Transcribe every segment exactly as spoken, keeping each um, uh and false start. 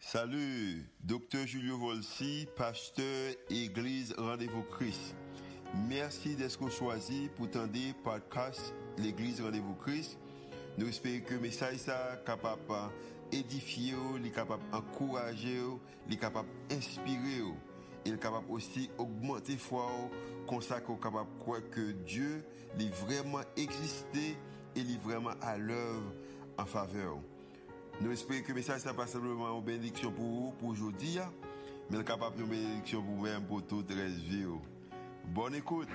Salut, docteur Julio Volsi, pasteur Église Rendez-vous Christ. Merci d'être choisi pour tendre podcast l'Église Rendez-vous Christ. Nous espérons que le message est capable d'édifier, capable d'encourager, capable d'inspirer, et capable aussi d'augmenter la foi, comme ça qu'on est capable de croire que Dieu est vraiment existé et est vraiment à l'œuvre en faveur. Nous espérons que le message n'est pas simplement une bénédiction pour vous, pour aujourd'hui, mais capable de bénédiction pour vous-même, pour toute la vie. Bonne écoute.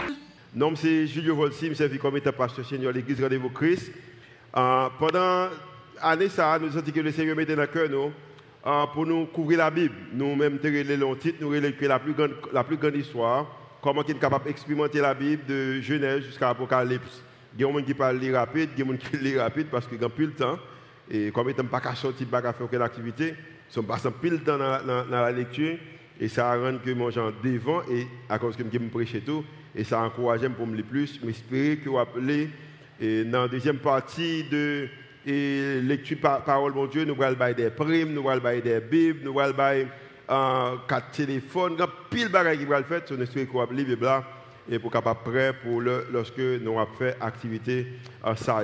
Nom c'est Julio Volsi, je suis comme étant pasteur senior de l'église Rendez-vous Christ. Euh, pendant l'année, ça, nous sentons que le Seigneur mettait dans le cœur nous, euh, pour nous couvrir la Bible. Nous-mêmes, nous avons le titre, nous avons la plus grande, la plus grande histoire, comment on est capable d'expérimenter la Bible de Genèse jusqu'à Apocalypse. Il y a des gens qui parlent rapide, il y a des gens qui lisent rapide parce qu'ils n'ont plus le temps. Et comme ils n'ont pas qu'à sortir, pas qu'à faire aucune activité, ils sont passés plus de temps dans, dans, dans la lecture. Et ça rend que moi j'en devant, et à cause que je me prêche tout, et ça encourage pour me le plus. Mais j'espère que vous appelez, et dans la deuxième partie de et lecture par parole de Dieu, nous allons faire des primes, nous allons faire des bibles, nous allons faire euh, quatre téléphones, il y a pile de choses qui vont le faire. Nous espérons que vous appelez la Bible et pour être prêt pour le, lorsque nous allons faire activité en ça.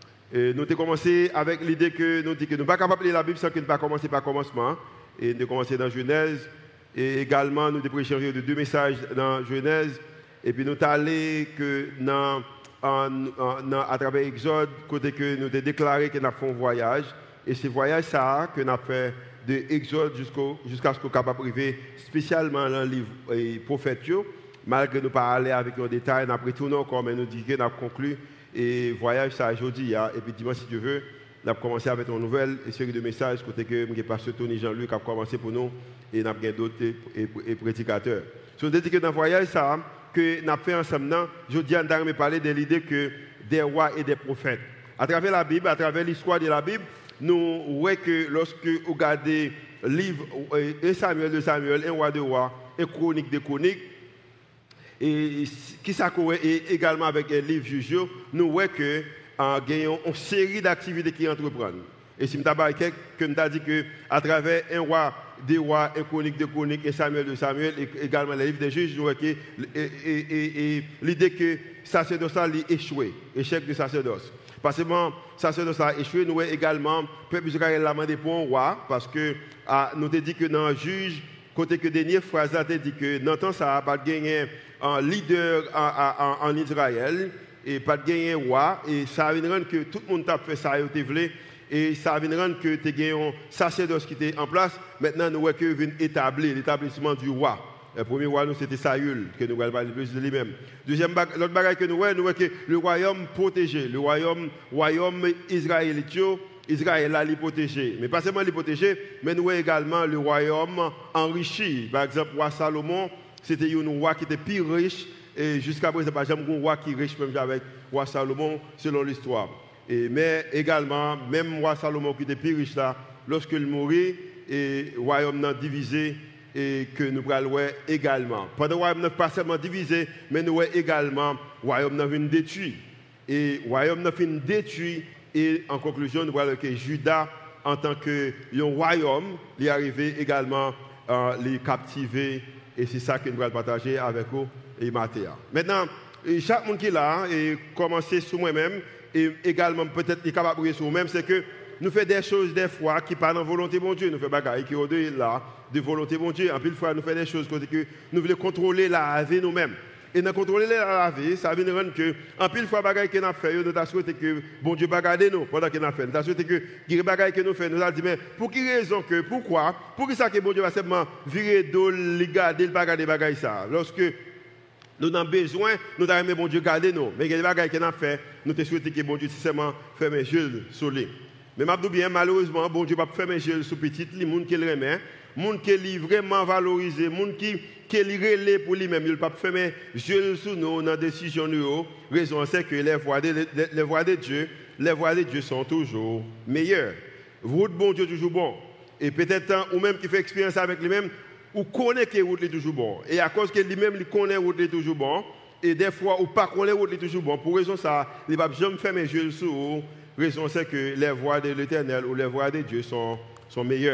Et nous avons commencé avec l'idée que nous disons que nous ne sommes pas capables de lire la Bible sans que nous ne pas commencer par commencement. Et nous avons commencé dans Genèse. Et également, nous avons échangé de deux messages dans Genèse. Et puis nous sommes allés que dans, en, en, à travers Exode, côté que nous avons déclaré que nous avons fait un voyage. Et ce voyage, ça, que nous avons fait de Exode jusqu'à ce qu'on soit capable d'arriver spécialement dans le livre et prophète. Malgré nous pas aller avec un détail, nous avons retourné encore, mais nous disons que nous avons conclu. Et voyage ça aujourd'hui, et puis dimanche si Dieu veut, nous avons commencé avec une nouvelle série de messages côté que le pasteur Tony Jean-Luc a commencé pour nous et nous avons d'autres et, et prédicateurs. Si on dit que dans le voyage ça, que nous avons fait ensemble, aujourd'hui nous avons parlé de l'idée que des rois et des prophètes. À travers la Bible, à travers l'histoire de la Bible, nous voyons que lorsque vous regardez le livre un Samuel de Samuel, un roi de roi, un chronique de chroniques, et qui s'accorde également avec les livres juges, nous voyons que euh, gagnons une série d'activités qui entreprennent. Et si nous avons dit qu'à travers un roi, des rois, un chronique de chronique, et Samuel de Samuel, et également les livres des juges, nous voyons que l'idée que le sacerdoce a échoué, échec du sacerdoce. Parce que le sacerdoce a échoué, nous voyons également, le peuple Israël l'a demandé pour un roi, parce que ah, nous avons dit que dans le juge, côté que dernière phrase a dit que dans le temps, ça n'a pas gagné un leader en, en, en Israël et pas de gagner un roi. Et ça vient rendre que tout le monde a fait ça et voulu. Et ça vient rendre que tu as gagné un sacerdoce qui était en place. Maintenant, nous voyons que vient établir l'établissement du roi. Le premier roi, nous, c'était Saül, que nous voyons parler plus de lui-même. Deuxième, l'autre bagage que nous voyons, nous voyons que le royaume protégé, le royaume, royaume israélite, Israël a l'hyprotégé. Mais pas seulement l'hyprotégé, mais nous voyons également le royaume enrichi. Par exemple, le roi Salomon, c'était un roi qui était plus riche. Et jusqu'à présent, pas jamais un roi qui est riche, même avec le roi Salomon, selon l'histoire. Et, mais également, même le roi Salomon qui était plus riche là, lorsqu'il mourit, et le royaume n'a divisé, et que nous allons voir également. Pendant le royaume n'a pas seulement divisé, mais nous voyons également le royaume n'a été détruit. Et le royaume n'a été détruit. Et en conclusion, nous voyons que Judas, en tant que un royaume, est arrivé également à euh, les captiver. Et c'est ça que nous allons partager avec vous et Mathéa. Maintenant, chaque monde qui est là, et commencer sur moi-même, et également peut-être est capable de sur moi-même, c'est que nous faisons des choses des fois qui parlent en volonté de mon Dieu. Nous faisons des choses qui sont là, de volonté de mon Dieu. En plus, fois, nous faisons des choses que nous voulons contrôler la vie nous-mêmes. Et dans contrôler la vie, ça veut dire que, en pile fois, bagaille que nous fait, nous avons souhaité que bon Dieu va garder nous pendant que nous fait. Nous avons souhaité que les bagailles que nous faisons, nous avons dit, mais pour quelle raison que, pourquoi, pour qui ça que bon Dieu va simplement virer d'eau, les garder, le garder bagaille ça. Lorsque nous avons besoin, nous avons aimé bon Dieu garder nous. Mais les bagailles que nous fait, nous avons souhaité que bon Dieu simplement ferme les yeux sur lui. Mais je bien, malheureusement, bon Dieu va fermer les yeux sur petit, les gens qui le remettent, les gens qui sont vraiment valorisés, les gens qui qui est pour lui-même, il ne peut pas fermer les yeux sur nous dans la décision. La raison c'est que les voies de, les, les voies de Dieu, les voies de Dieu sont toujours meilleures. Vous, bon Dieu, toujours bon. Et peut-être, ou même qui fait expérience avec lui-même, ou connaît que route est toujours bon. Et à cause que lui-même, il connaît que route est toujours bon, et des fois, ou pas connaît route est toujours bon, pour raison ça, il ne va jamais fermer les yeux sur vous. La raison c'est que les voies de l'Éternel ou les voies de Dieu sont, sont meilleures.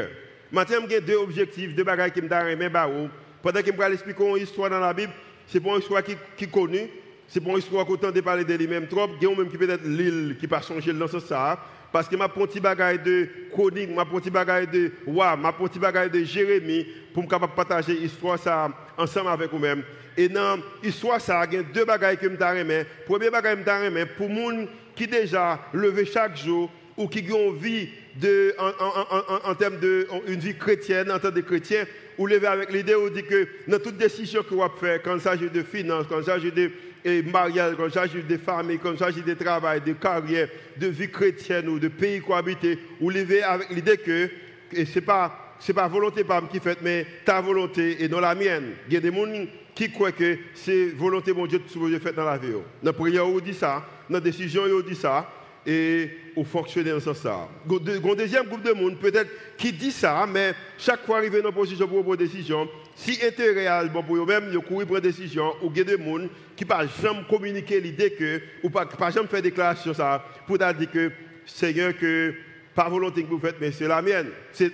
maintenant, j'ai deux objectifs, deux bagages qui me donnent barreau. Pendant que je vais expliquer une histoire dans la Bible, ce n'est pas une histoire qui est connue, ce n'est pas une histoire qu'on tente de parler de lui-même trop. Il y a même qui peut-être l'île qui pas changer dans ce sens. Parce que ma petit bagage de chronique, ma petit bagage de Wa, ma petit bagage de Jérémie, pour me capable partager l'histoire ça ensemble avec vous-même. Et dans l'histoire ça, il y a deux bagages que je me premier bagage que je me pour les gens qui déjà levé chaque jour ou qui ont une vie de, en, en, en, en termes de une vie chrétienne, en tant que chrétien, ou lever avec l'idée où dit que dans toute décision que vous faites, quand il s'agit de finances, quand il s'agit de mariage, quand il s'agit de famille, quand il s'agit de travail, de carrière, de vie chrétienne ou de pays cohabité, ou lever avec l'idée que ce n'est pas, c'est pas volonté par qui fait, mais ta volonté et non la mienne. Il y a des gens qui croient que c'est volonté de mon Dieu que vous faites dans la vie. Dans la prière, on dit ça, dans la décision, on dit ça. Et au fonctionner en ce sens. Un deuxième groupe de monde, peut-être, qui dit ça, mais chaque fois arrivé dans une position pour prendre une décision, si intérêt est bon pour eux-mêmes, ils courent prendre une décision, ou il y a des gens qui ne peuvent jamais communiquer l'idée que, ou pas, pas jamais faire déclaration ça, pour dire que, Seigneur, que, pas volonté que vous faites, mais c'est la mienne.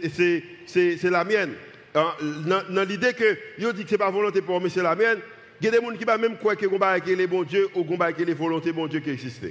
C'est la mienne. Dans, dans l'idée que, ils disent que ce n'est pas volonté pour eux, mais c'est la mienne, il y a des gens qui ne peuvent même croire que c'est les bons dieux, ou que c'est les volontés bons dieux qui existent.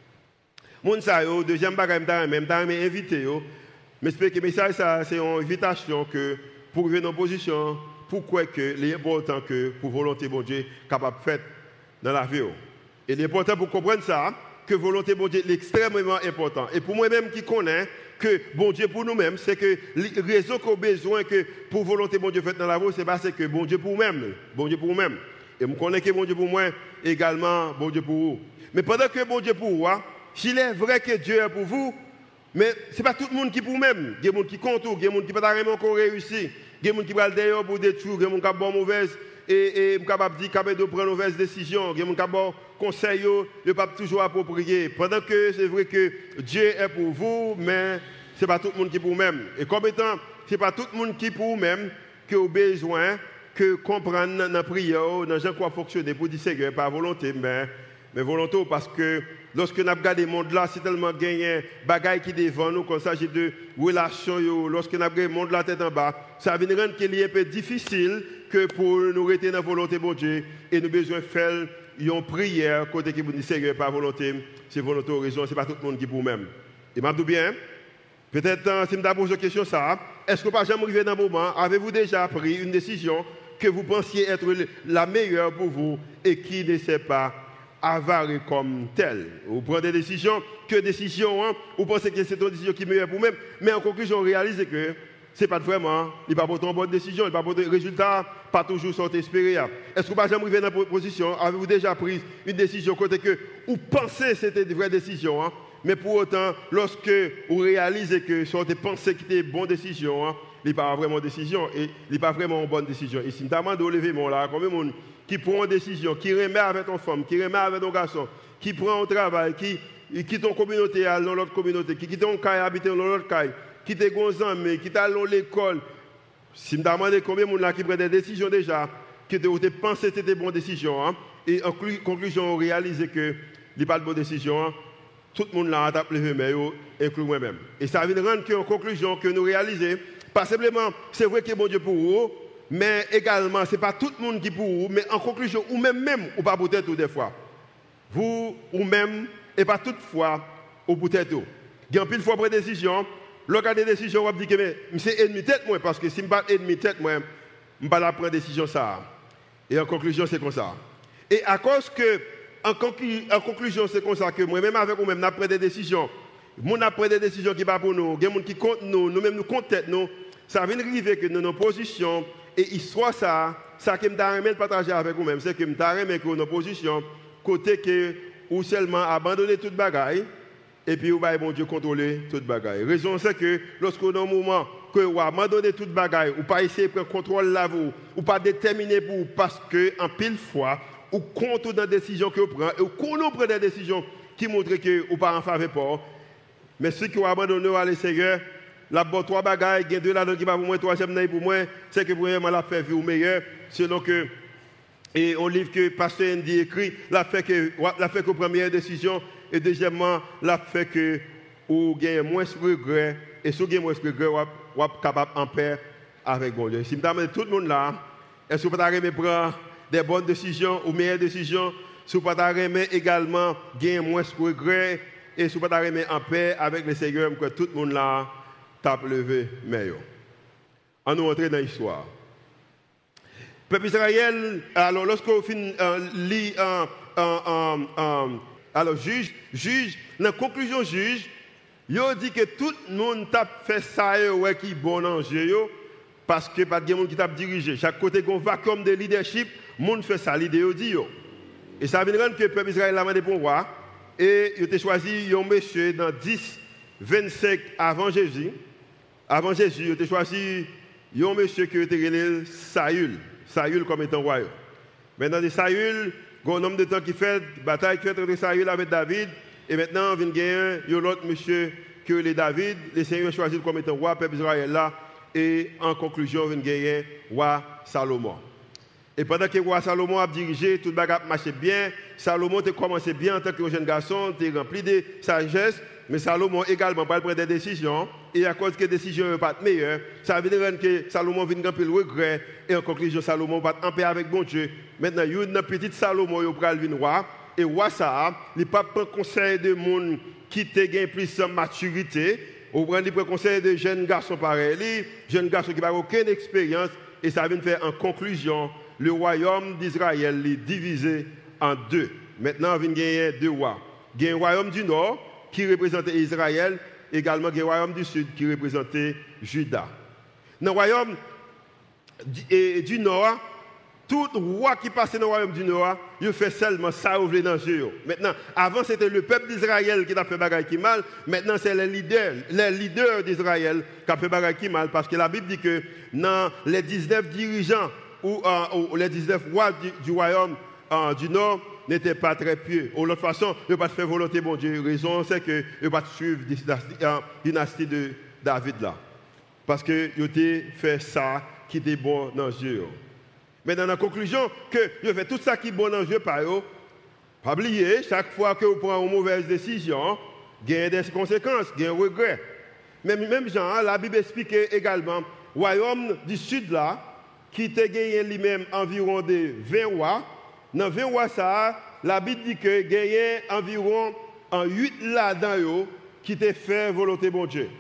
Moun sa yo, deuxième bagage, même temps, invité yo. Mais j'espère que le message, c'est une invitation que pour venir en position, pourquoi que l'important que pour volonté bon Dieu capable de faire dans la vie. Et l'important pour comprendre ça, que volonté bon Dieu est extrêmement important. Et pour moi-même qui connais que bon Dieu pour nous-mêmes, c'est que la raison qu'on a besoin que pour volonté bon Dieu faite dans la vie, c'est parce que bon Dieu pour nous-mêmes, bon Dieu pour nous-mêmes. Et je connais que bon Dieu pour moi, également bon Dieu pour vous. Mais pendant que bon Dieu pour vous, s'il est vrai que Dieu est pour vous, mais ce n'est pas tout le monde qui est pour vous-même. Il y a des gens qui comptent, il y a des gens qui ne peuvent pas encore réussir, il y a des gens qui vont d'ailleurs pour détruire, il y a des gens qui ont mauvaise et qui peuvent dire qu'ils de prendre une mauvaise décision, il y a des gens qui ont conseil, ils ne peuvent pas toujours approprier. Pendant que c'est vrai que Dieu est pour vous, mais ce n'est pas tout le monde qui est pour vous-même. Et comme étant, ce n'est pas tout le monde qui est pour vous-même que vous avez besoin de comprendre dans la prière, dans gens qui fonctionner pour dire Seigneur, pas volonté, mais, mais volonté, parce que lorsque nous regardons le monde là, c'est tellement gagné, bagaille qui devant nous, quand il s'agit de relations, lorsque nous regardons le monde là tête en bas, ça vient rendre qu'il est un peu difficile que pour nous rester dans la volonté de Dieu et nous avons besoin de faire une prière côté qui vous dit Seigneur, pas volonté, c'est volonté ou raison, ce n'est pas tout le monde qui pour même. Et m'a dit bien, peut-être si je me pose une question ça, est-ce que vous n'avez jamais arrivé dans un moment, avez-vous déjà pris une décision que vous pensiez être la meilleure pour vous et qui ne sait pas avaré comme tel. Vous prenez des décisions, que décisions, hein, vous pensez que c'est une décision qui est meilleure pour vous-même, mais en conclusion, réalisez que ce n'est pas vraiment, il n'y a pas une bonne décision, il n'y a pas de résultat, pas toujours sont espérés. Est-ce que vous n'avez jamais arrivé dans cette position, avez-vous déjà pris une décision côté que vous pensez que c'était une vraie décision, hein, mais pour autant, lorsque vous réalisez que ce que vous pensez que c'était une bonne décision, hein, il n'y a pas vraiment de décision, et il n'y a pas vraiment une bonne décision. Et si nous demandons de lever mon là, combien de monde qui prend une décision, qui remet avec ton femme, qui remet avec ton garçon, qui prend un travail, qui quitte ton communauté à l'autre communauté, qui quitte ton caille habiter dans l'autre caille, qui te gonzan, mais qui t'a à l'école. Si je me demande combien de monde qui prend des décisions déjà, qui te pensé que c'était une bonne décision, hein, et en conclusion, on réalise que il n'y a pas de bonne décision, hein, tout le monde là a tapé les mains, inclus moi-même. Et ça vient rendre qu'en conclusion, que nous réalisons, pas simplement, c'est vrai que bon Dieu pour vous, mais également, ce n'est pas tout le monde qui pour vous, mais en conclusion, ou même, même ou pas peut-être des fois. Vous, ou même, et pas toutefois, ou peut-être. Il y a une pile fois pour des décisions, lorsqu'il y a des décisions, on va dire que c'est ennemi tête, moi, parce que si je ne suis pas ennemi tête, moi, je ne vais pas prendre décision ça. Et en conclusion, c'est comme ça. Et à cause que, en, conclu, en conclusion, c'est comme ça que moi-même avec vous-même, nous prenons des décisions. Nous prenons des décisions qui ne sont pas pour nous. Il y a des gens qui comptent nous, nous-mêmes nous comptent tête, nous. Ça vient arriver que nous, nos positions, et histoire ça, ça que je vais partager avec vous-même, c'est que je vais que nos positions, côté que ou seulement abandonner toute bagaille, et puis ou bon Dieu contrôler toute bagaille. La raison c'est que lorsqu'on a un moment que vous abandonnez toute bagaille, ou pas essayer de prendre contrôle là vous, ou pas déterminer pour parce que en pile fois, ou compte dans les décisions que vous prenez, et ou qu'on prend des décisions qui montrent que vous pas en faveur pas. Mais ceux qui ont abandonné à le Seigneur, la bonne trois bagailles, il y a deux là qui va pour moi, troisième pour moi, c'est que vraiment la fait vivre meilleur, selon que et on livre que pasteur Andy écrit, la fait que la fait que première décision et deuxièmement la fait que ou gagne moins de regrets et si vous gagnez moins de regrets, ou capable en paix avec bon Dieu. Si je demande tout le monde là, est-ce que vous pouvez prendre des bonnes décisions ou meilleures décisions, si vous pouvez également gagner moins de regrets, et si vous pouvez en paix avec le Seigneur, que tout le monde là tape levé meilleur. On nous rentre dans l'histoire. Peuple Israël, alors lorsqu'on finit euh, lit euh, euh, euh, euh, alors juge, juge, dans la conclusion juge, il dit que tout le monde tape fait ça ouais, qui est bon en jeu, parce que pas de monde qui tape dirigé. Chaque côté qu'on vacuum de leadership, le monde fait ça, l'idée dit. Et ça veut dire que le peuple Israël a demandé pour roi, et il a choisi un monsieur dans dix, vingt-cinq avant Jésus. Avant Jésus, il a choisi un monsieur qui était appelé Saül. Saül comme étant roi. Maintenant, de Saül, il y a un homme de temps qui fait bataille entre Saül avec David. Et maintenant, il y a un autre monsieur qui est David. Le Seigneur choisit comme étant roi, peuple Israël là. Et en conclusion, il y a un roi Salomon. Et pendant que le roi Salomon a dirigé, tout le bagage marchait bien. Salomon a commencé bien en tant que jeune garçon, il a rempli de sagesse. Mais Salomon également pas prendre des décisions. Et à cause que les décisions ne sont pas meilleures, ça veut dire que Salomon vient de le regret. Et en conclusion, Salomon va en paix avec bon Dieu. Maintenant, il y a une petite Salomon qui va devenir roi. Et roi ça, il ne pas prendre conseil de monde qui a plus de maturité. Ou prendre le conseil de jeunes garçons pareils. Les jeunes garçons qui n'ont aucune expérience. Et ça vient faire en conclusion, le royaume d'Israël est divisé en deux. Maintenant, il y a deux rois. Il y a un royaume du nord qui représentait Israël, également il y a un royaume du sud qui représentait Juda. Dans le royaume du, du nord, tout roi qui passait dans le royaume du nord, il fait seulement ça ouvrir dans le jeu. Maintenant, avant c'était le peuple d'Israël qui a fait bagaille qui mal, maintenant c'est les leaders, les leaders d'Israël qui ont fait bagaille qui mal, parce que la Bible dit que dans les dix-neuf dirigeants ou, euh, ou les dix-neuf rois du, du royaume euh, du nord n'étaient pas très pieux. Ou l'autre façon, ils n'ont pas fait volonté bon Dieu. La raison, c'est qu'ils n'ont pas suivre la dynastie de David là. Parce qu'ils ont fait ça qui était bon dans le jeu. Mais dans la conclusion, que vous faites tout ça qui est bon dans le jeu, pas pas oublier, chaque fois que vous prenez une mauvaise décision, il y a des conséquences, il y a un regret. Mais même genre, la Bible explique également, le royaume du sud là, qui a gagné lui-même environ de vingt rois, dans vingt rois ça, la Bible dit que il y a environ huit là-dedans qui ont fait volonté de Dieu.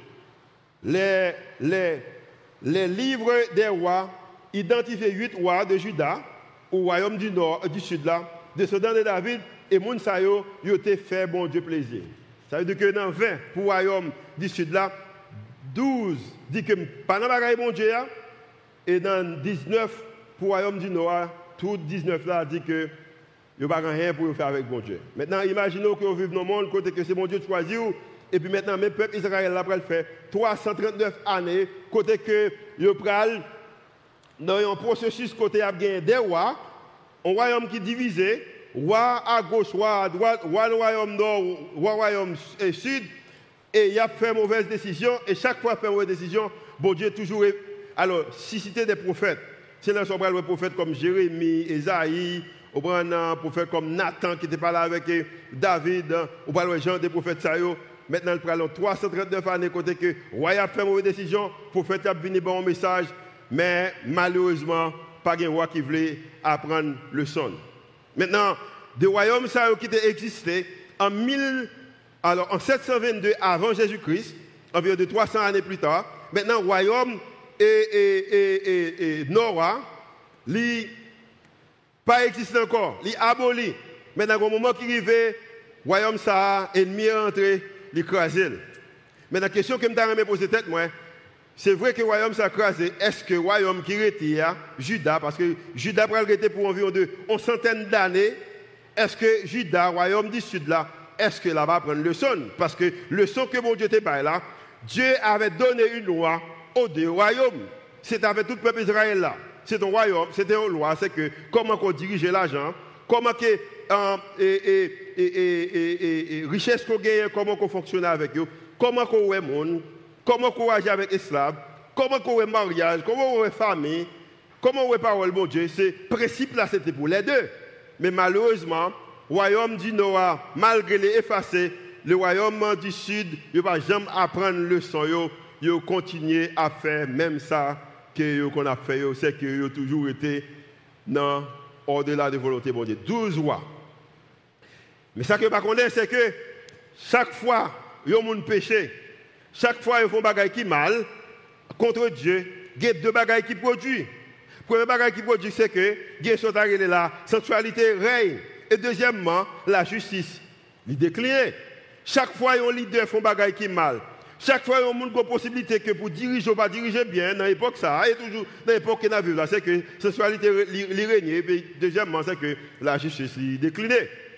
Les, les, les livres des rois identifient huit rois de Juda, au royaume du nord, du sud là, descendants de David, et Mounsayo, ils ont fait bon Dieu plaisir. Ça veut dire que dans vingt pour le royaume du sud là, douze dit que pas dans bon Dieu, et dans dix-neuf pour le royaume du nord, tout dix-neuf là dit que il n'y a pas rien pour faire avec bon Dieu. Maintenant, imaginez que vous vivez dans le monde, côté que c'est mon Dieu qui choisit, et puis maintenant, le peuple Israël là, le faire trois cent trente-neuf années, côté que vous prenez dans un processus côté a gagné des rois, un royaume qui est divisé, roi à gauche, roi à droite, roi le royaume nord, roi royaume sud, et il a fait mauvaise décision, et chaque fois qu'il fait mauvaise décision, bon Dieu toujours. Alors, si c'était des prophètes, c'est là qu'on prend des prophètes comme Jérémie, Esaïe, on prend un prophète comme Nathan qui n'était pas là avec David, on prend les gens des prophètes ça. Maintenant, il prend trois cent trente-neuf années côté que le roi a fait mauvaise décision, le prophète a venu bon message. Mais malheureusement, pas de roi qui voulait apprendre le son. Maintenant, des royaumes qui existaient en, alors, en sept cent vingt-deux avant Jésus-Christ, environ de trois cents années plus tard, maintenant, le royaume et, et, et, et, et Nora, il pas existe encore, il aboli. Maintenant, au moment qui arrive, le royaume ça ennemi est entré, il écrasé. Mais la question que je me poser tête, moi, c'est vrai que le royaume s'est écrasé. Est-ce que le royaume qui retire Juda, parce que Juda pourrait le rester pour environ de, une centaine d'années, est-ce que Juda, le royaume du sud là, est-ce que là va prendre le son? Parce que le son que mon Dieu était pas là, Dieu avait donné une loi aux deux royaumes. C'était avec tout le peuple Israël là. C'est un royaume, c'était une loi, c'est que comment on dirige l'argent, comment que euh, et, et, et, et, et, et richesse qu'on gagne, comment on fonctionne avec eux, comment on est monde. Comment on agit avec l'esclave, comment on est mariage, comment on est famille, comment on est parole de Dieu. Ce principe là, c'était pour les deux. Mais malheureusement, le royaume du Nord, malgré les effacés, le royaume du Sud, il ne va jamais apprendre le son. ils continuent à faire même ça que qu'on a fait, c'est qu'ils ont toujours été dans au-delà de la volonté de Dieu. douze rois. Mais ça que je ne connais pas, c'est que chaque fois qu'ils ont un péché, chaque fois qu'ils font des choses qui mal contre Dieu, il y a deux choses qui produisent. Le premier bagage qui produit, c'est que la sensualité règne. Et deuxièmement, la justice. Il décline. Chaque fois qu'ils ont leader font des choses qui mal. Chaque fois qu'ils ont une possibilité que pour diriger ou pas diriger bien, dans l'époque ça, et toujours dans l'époque qu'on a vu là, c'est que la sensualité règne. Et puis deuxièmement, c'est que la justice décline.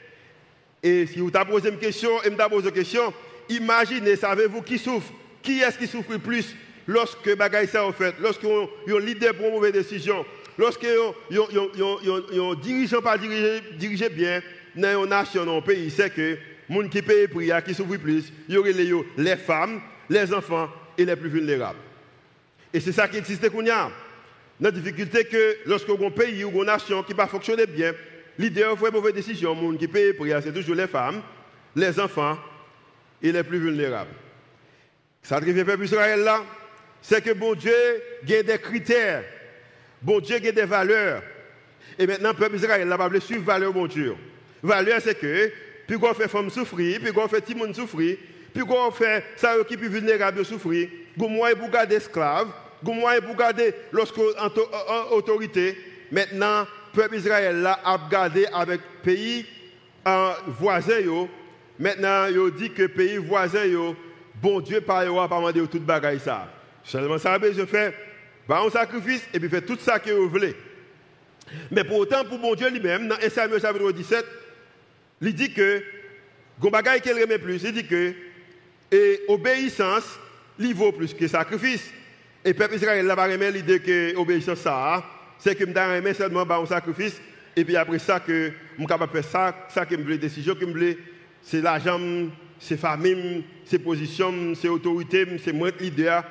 Et si vous avez posé une question, et vous posé une question, imaginez, savez-vous qui souffre? Qui est-ce qui souffre le plus lorsque les choses sont faites, lorsqu'ils ont un leader pour une mauvaise décision, lorsqu'ils ont un dirigeant pas dirigé, dirigé bien dans une nation, dans un pays, c'est que les gens qui payent le prix, qui souffrent plus, il y aurait les femmes, les enfants et les plus vulnérables. Et c'est ça qui existe qu'on y a. La difficulté que lorsqu'on a un pays ou une nation qui ne fonctionne pas bien, leader fait une mauvaise décision, les gens qui payent le prix, c'est toujours les femmes, les enfants et les plus vulnérables. Ça arrive au peuple Israël là, c'est que bon Dieu a des critères, bon Dieu a des valeurs. Et maintenant, le peuple Israël là va suivre valeur bon Dieu. Valeur, c'est que, puis qu'on fait femme souffrir, puis qu'on fait Timon souffrir, puis qu'on fait ça qui est plus vulnérable souffrir, qu'on moyen pour garder esclave, qu'on moyen pour garder lorsqu'on autorité. Maintenant, le peuple Israël là a gardé avec pays euh, voisins. Yo. Maintenant, il dit que pays voisins, yo, bon Dieu par pas demander toute bagaille ça. Seulement ça je fais un sacrifice et puis fait tout ça que vous voulez. Mais pour autant, pour bon Dieu lui-même, dans un Samuel chapitre dix-sept, il dit que gon bagaille qu'il remet plus, il dit que et obéissance, il vaut plus que sacrifice. Et peuple Israël là va remettre l'idée que obéissance ça, c'est que me remet seulement un sacrifice et puis après ça que je suis capable de faire ça, ça que me voulait décision que me voulait c'est l'argent, c'est famille, c'est position, c'est autorité, c'est moi leader.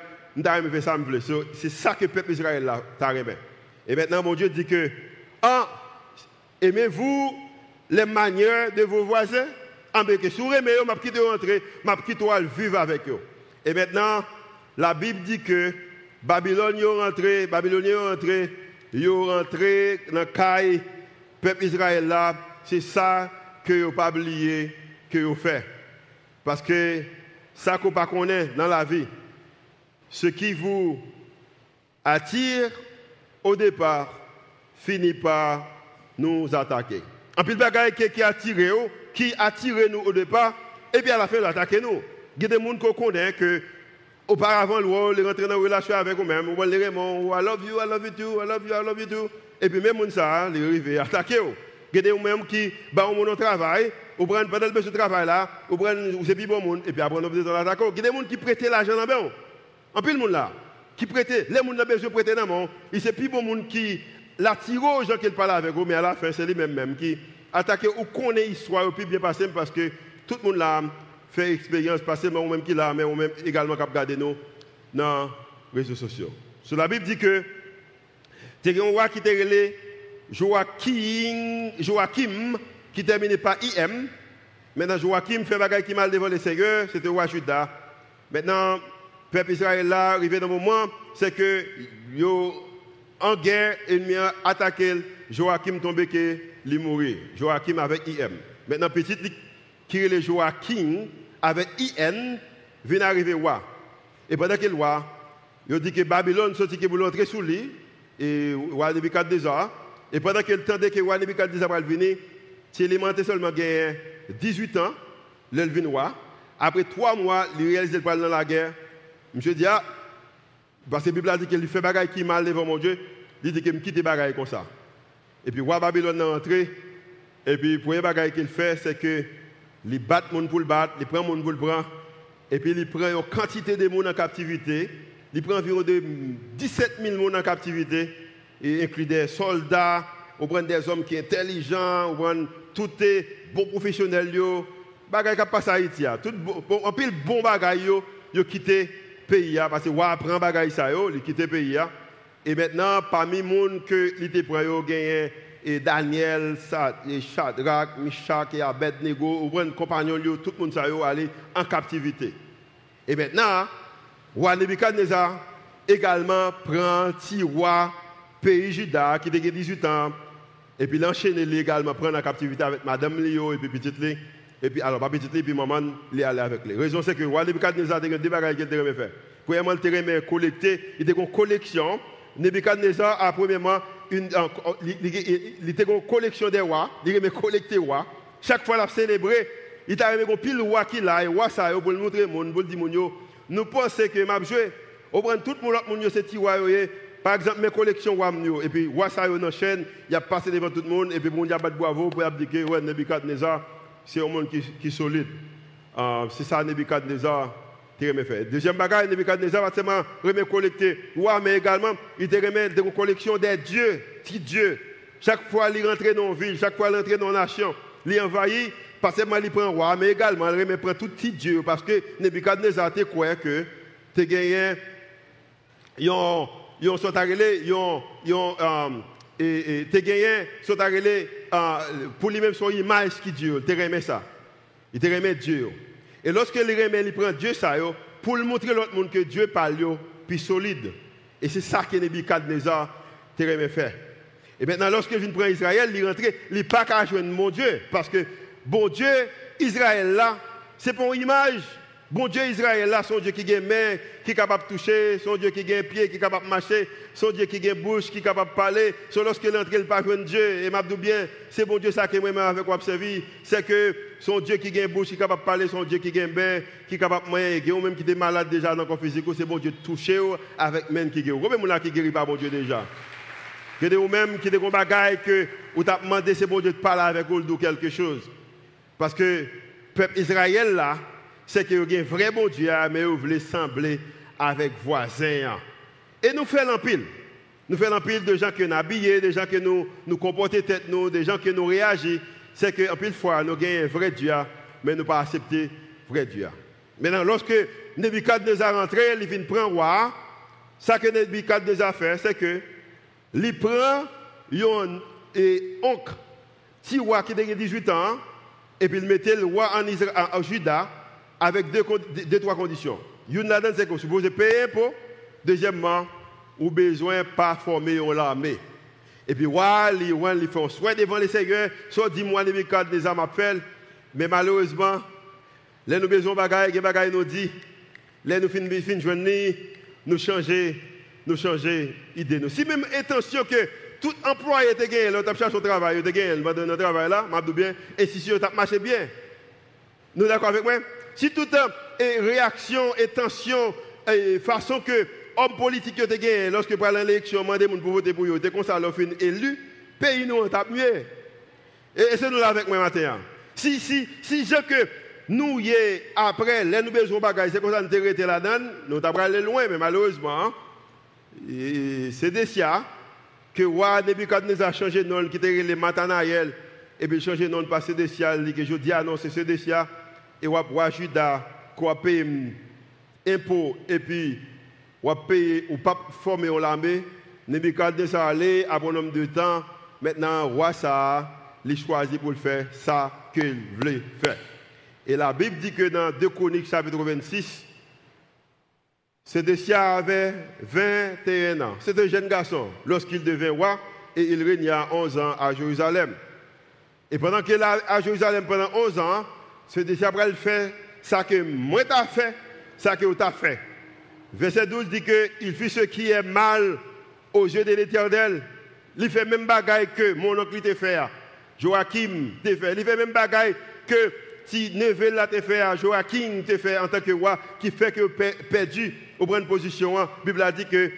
C'est ça que le peuple Israël a remis. Et maintenant, mon Dieu dit que ah, aimez-vous les manières de vos voisins? Ah, mais que si vous aimez, je vais quitter rentrer, je vais quitter vivre avec eux. Et maintenant, la Bible dit que Babylone est rentré, Babylone est rentré, ils sont rentrés dans le caille, peuple Israël là, c'est ça que vous pas oublié que vous fait. Parce que ça qu'on pas connaît dans la vie, ce qui vous attire au départ finit par nous attaquer. En plus de bagaille qui attire qui attire nous au départ, et bien à la fin, l'attaquer nous. Il y a des gens qui connaissent que auparavant, ils rentrent dans une relation avec eux-mêmes, ils les remontent, I love you, I love you too, I love you, I love you too. Et puis même ça, ils arrivent à attaquer. Il y a des gens qui ont un travail, ou prennent pendant le travail là, ou prennent c'est plus bon monde, et puis après on a besoin d'attaquer. Il y a des gens qui prêtent l'argent dans le bain. En plus, le monde là, qui prêtent, les gens qui ont besoin de prêter dans le monde, c'est plus bon monde qui l'attire aux gens qui parlent avec eux, mais à la fin, c'est lui-même même qui attaque ou connaît l'histoire, et puis bien passé, parce que tout le monde là fait expérience passée, mais même qui là, mais on même également qui regarder nous dans les réseaux sociaux. Sur la Bible dit que c'est un roi qui était relé Joachim, Joachim, qui terminait par I M. Maintenant, Joachim fait bagaille qui mal devant le Seigneur, c'était le roi Juda. Maintenant, le peuple Israël là, arrivé dans le moment, c'est que yo en guerre, ennemi a attaqué, Joachim tombé que il mourit. Joachim avec I M. Maintenant, petit qui est le Joachim avec I N vient arriver roi. Et pendant que le roi, il dit que Babylone sorti que pour entrer sous lui et roi Nebuchadnezzar. Et pendant que le temps que roi Nebuchadnezzar va venir, c'est alimenté seulement dix-huit ans, il vient roi. Après trois mois, il réalise qu'il parle dans la guerre. Monsieur dit ah, parce que la Bible a dit qu'il fait bagaille qui mal devant mon Dieu, il dit qu'il me quitte bagaille comme ça. Et puis roi Babylone est entré. Et puis le premier bagaille qu'il fait, c'est que il bat les gens pour le battre, il prend les gens pour le prendre, et puis il prend une quantité de monde en captivité, il prend environ de dix-sept mille personnes en captivité, et inclut des soldats, on prend des hommes qui sont intelligents, on prend tous les bons professionnels, les bagages qui passent à Haïti, en pile bon bagages, ils ont quitté le pays, parce que roi prend bagages ça, ils ont quitté le pays. Et maintenant, parmi les gens que l'ité prend, ils ont gagné et Daniel, Shadrach, Meshach et Abednego, ou un compagnon, tout le monde est allé en captivité. Et maintenant, roi Nebuchadnezzar également prend petit roi pays Juda qui a dix-huit ans et puis l'enchaîner également prendre en captivité avec madame Lio et puis petite Lé et puis alors pas petite Lé puis maman les aller avec les. Raison c'est que roi Nebuchadnezzar a deux bagages qu'il devait faire. Premièrement, il devait collecter, il était en collection. Nebuchadnezzar a premièrement une il était en collection des rois, il devait collecter rois. Chaque fois qu'il a célébré, il a remis pile roi qu'il a et roi ça pour le montrer monde pour le dire nous pensons que m'a joué on prend tout le monde c'est petit roi par exemple mes collections roi et puis roi ça dans chaîne il a passé devant tout le monde et puis bon il a battu bravo pour abdiquer ouais Nebuchadnezzar c'est un monde qui qui solide euh, c'est ça Nebuchadnezzar qui remet fait deuxième bagage Nebuchadnezzar va seulement remet collecter roi mais également il te remet des collections des dieux petits dieux chaque fois il rentre dans une ville chaque fois il rentre dans une nation il envahit pas seulement il prend roi mais également il remet prend tout petit dieu parce que Nebuchadnezzar te croit que tu gagné yon yon sont arrêtés yon yon et et te gagné sont arrêtés pour lui-même son image qui Dieu te remet ça il te remet Dieu et lorsque il remet il prend Dieu ça yo pour le montrer l'autre monde que Dieu parle yo puis solide et c'est ça que Nebuchadnezzar te remet faire et maintenant lorsque il vient prendre Israël il rentre il pas qu'à joindre mon Dieu parce que bon Dieu Israël là c'est pour une image. Bon Dieu Israël là, son Dieu qui a main, qui est capable de toucher, son Dieu qui a pied, qui est capable de marcher, son Dieu qui a bouche, qui est capable de parler. So, lorsqu'il entre, il parle de Dieu. Et m'a dit bien, c'est bon Dieu ça qui est moi avec quoi servir. C'est que son Dieu qui a bouche, qui est capable de parler, son Dieu qui a main, qui est capable de manger, ou même qui est malade déjà dans le corps physique, c'est bon Dieu de toucher avec main qui guérit. Combien de gens qui guérit pas bon Dieu déjà? Que de vous-même qui des bagailles que vous avez demandé, c'est bon Dieu de parler avec vous ou quelque chose. Parce que le peuple Israël là, c'est que vous avez un vrai bon Dieu, mais vous voulez sembler avec voisins. Et nous faisons l'empile. Nous faisons l'empile de gens qui nous habillent, des gens qui nous, nous comportent tête nous, des gens qui nous réagissent. C'est qu'en pile fois, nous avons un vrai Dieu, mais nous pas accepter vrai Dieu. Maintenant, lorsque Nebuchadnezzar rentre, il vient prendre roi. Ce que Nebuchadnezzar fait, c'est que il prend un oncle, petit roi qui a dix-huit ans, et puis il mettait le roi en, Israël, en, en Juda, avec deux, deux, trois conditions. Une là-dedans, c'est que vous supposez payer impôt. Deuxièmement, vous avez besoin de pas former l'armée. Et puis, roi, il fait un souhait devant les seigneurs. Soit dis-moi, les mécades des armes appellent. Mais malheureusement, là, nous avons besoin de bagailles, les bagailles nous dit, là, nous finissons de joindre, nous changer, nous changer idée. Si même intention que tout employé te gagne, là, tu as cherché au travail, tu gagne, dans travail là, m'a dit bien, et si tu as marché bien. Nous d'accord avec moi? Si toute euh, réaction et tension, et façon que homme politique te gagne, lorsque par l'élection, demande pour voter pour eux, t'es comme ça, leur fin élu, pays nous on tape mieux. Et, et c'est nous là avec moi matin. Si si si je que nous y est après, les nous besoin bagages, c'est comme ça nous t'arrêter là-dedans, nous t'avons aller loin, mais malheureusement, c'est des sia que roi Nebuchadnezzar a changé de nom, qui était les Matanaël, et puis changé de nom par Sédécia, que je dis ah non, c'est Sédécia. Et on va Juda, qu'on paye impôt, et puis on va payer, ou pas former l'armée. Nebuchadnezzar allait, à bon nombre de temps, maintenant, roi ça, il choisit pour le faire ça qu'il voulait faire. Et la Bible dit que dans deux Chroniques, chapitre vingt-six, Sédécia avait vingt et un ans. C'est un jeune garçon lorsqu'il devint roi et il régna onze ans à Jérusalem. Et pendant qu'il est à Jérusalem pendant onze ans, Sédécia va faire ça que moi t'as fait, ça que tu as fait. Verset douze dit qu'il fit ce qui est mal aux yeux de l'Éternel. Il fait même bagaille que mon oncle t'a fait, Joachim t'a fait. Il fait même bagaille que si Neville l'a fait, Joachim t'a fait en tant que roi, qui fait que perdu au bonne position. La Bible a dit que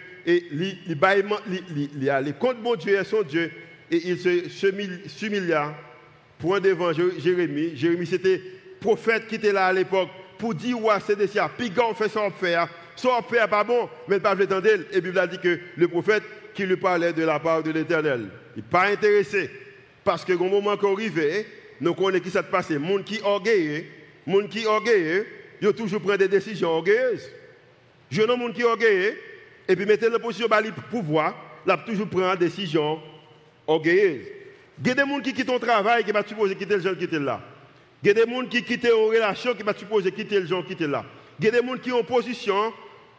il a les comptes mon Dieu et son Dieu et il se s'humilia pour devant Jérémie. Jérémie c'était prophète qui était là à l'époque pour dire ouais c'est des siens puis on fait son faire son faire pas bon mais pas le temps d'elle et la Bible a dit que le prophète qui lui parlait de la part de l'Éternel il pas intéressé parce que au moment qu'on arrive nous connaissons qui ça se passe monde qui orgueilleux monde qui orgueilleux il toujours prend des décisions orgueilleuses jeune monde qui orgueilleux et puis mettez la position bali pouvoir là toujours prend des décisions orgueilleuses il y a des gens qui quittent ton travail qui va supposer quitter le gens qui étaient là. Il y a des gens qui quittent une relation qui va supposer quitter le gens qui étaient là. Il y a des gens qui ont en position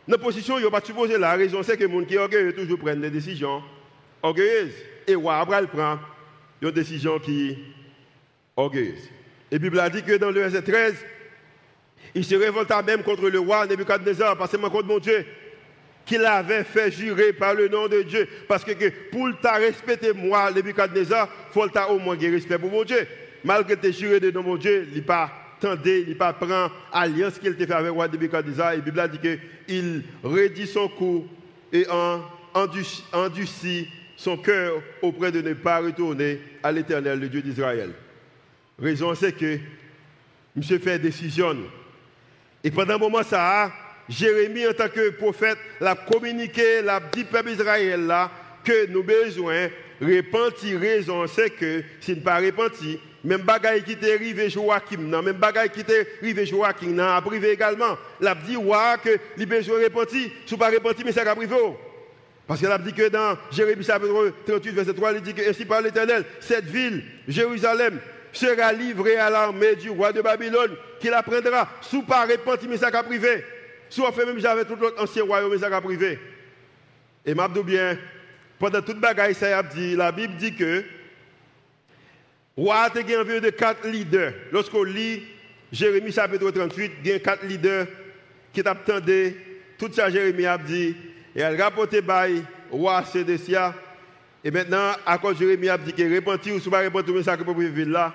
Dans la position, il n'y a pas supposé la raison, c'est que les gens qui sont orgueilleux toujours prennent des décisions orgueilleuses. Et roi Abraham prend une décision qui est orgueilleuse. Et la Bible a dit que dans le verset treize, il se révolta même contre le roi Nebuchadnezzar, parce que c'est contre mon Dieu, qu'il avait fait jurer par le nom de Dieu. Parce que, que pour t'a respecter moi, Nebuchadnezzar, il faut t'a au moins respect pour mon Dieu. Malgré tes juré de nom mon Dieu, il n'a pas tenté, il n'a pas pris alliance qu'il a fait avec le roi Nebuchadnezzar. Et la Bible a dit qu'il redit son cou et endurcit son cœur auprès de ne pas retourner à l'Éternel, le Dieu d'Israël. Raison c'est que M. fait décision. Et pendant un moment, ça, Jérémie, en tant que prophète, l'a communiqué, l'a dit peuple Israël là, que nous avons besoin de repentir. Raison c'est que s'il n'est pas repenti, même bagaille qui est arrivé Joachim, même bagaille qui est arrivé Joachim, a privé également. L'a dit ouais, que il besoin de repentir. Si vous ne pas repenti, mais ça a privé. Parce qu'elle a dit que dans Jérémie chapitre trente-huit, verset trois, il dit que ainsi par l'Éternel, cette ville, Jérusalem, sera livrée à l'armée du roi de Babylone, qui la prendra. Si vous ne pas repenti, mais ça a privé. Si on fait même j'avais tout l'autre ancien royaume, mais ça a privé. Et m'a dit bien, pendant toute bagaille, ça a dit, la Bible dit que roi a été environ de quatre leaders. Lorsqu'on lit Jérémie chapitre trente-huit, il y a quatre leaders qui t'attendaient. Tout ça, Jérémie a dit, et elle rapportait bail roi Sédécia. Et maintenant, à cause de Jérémie a dit que repentir ou ne pas repentir, mais ça que pour vivre là.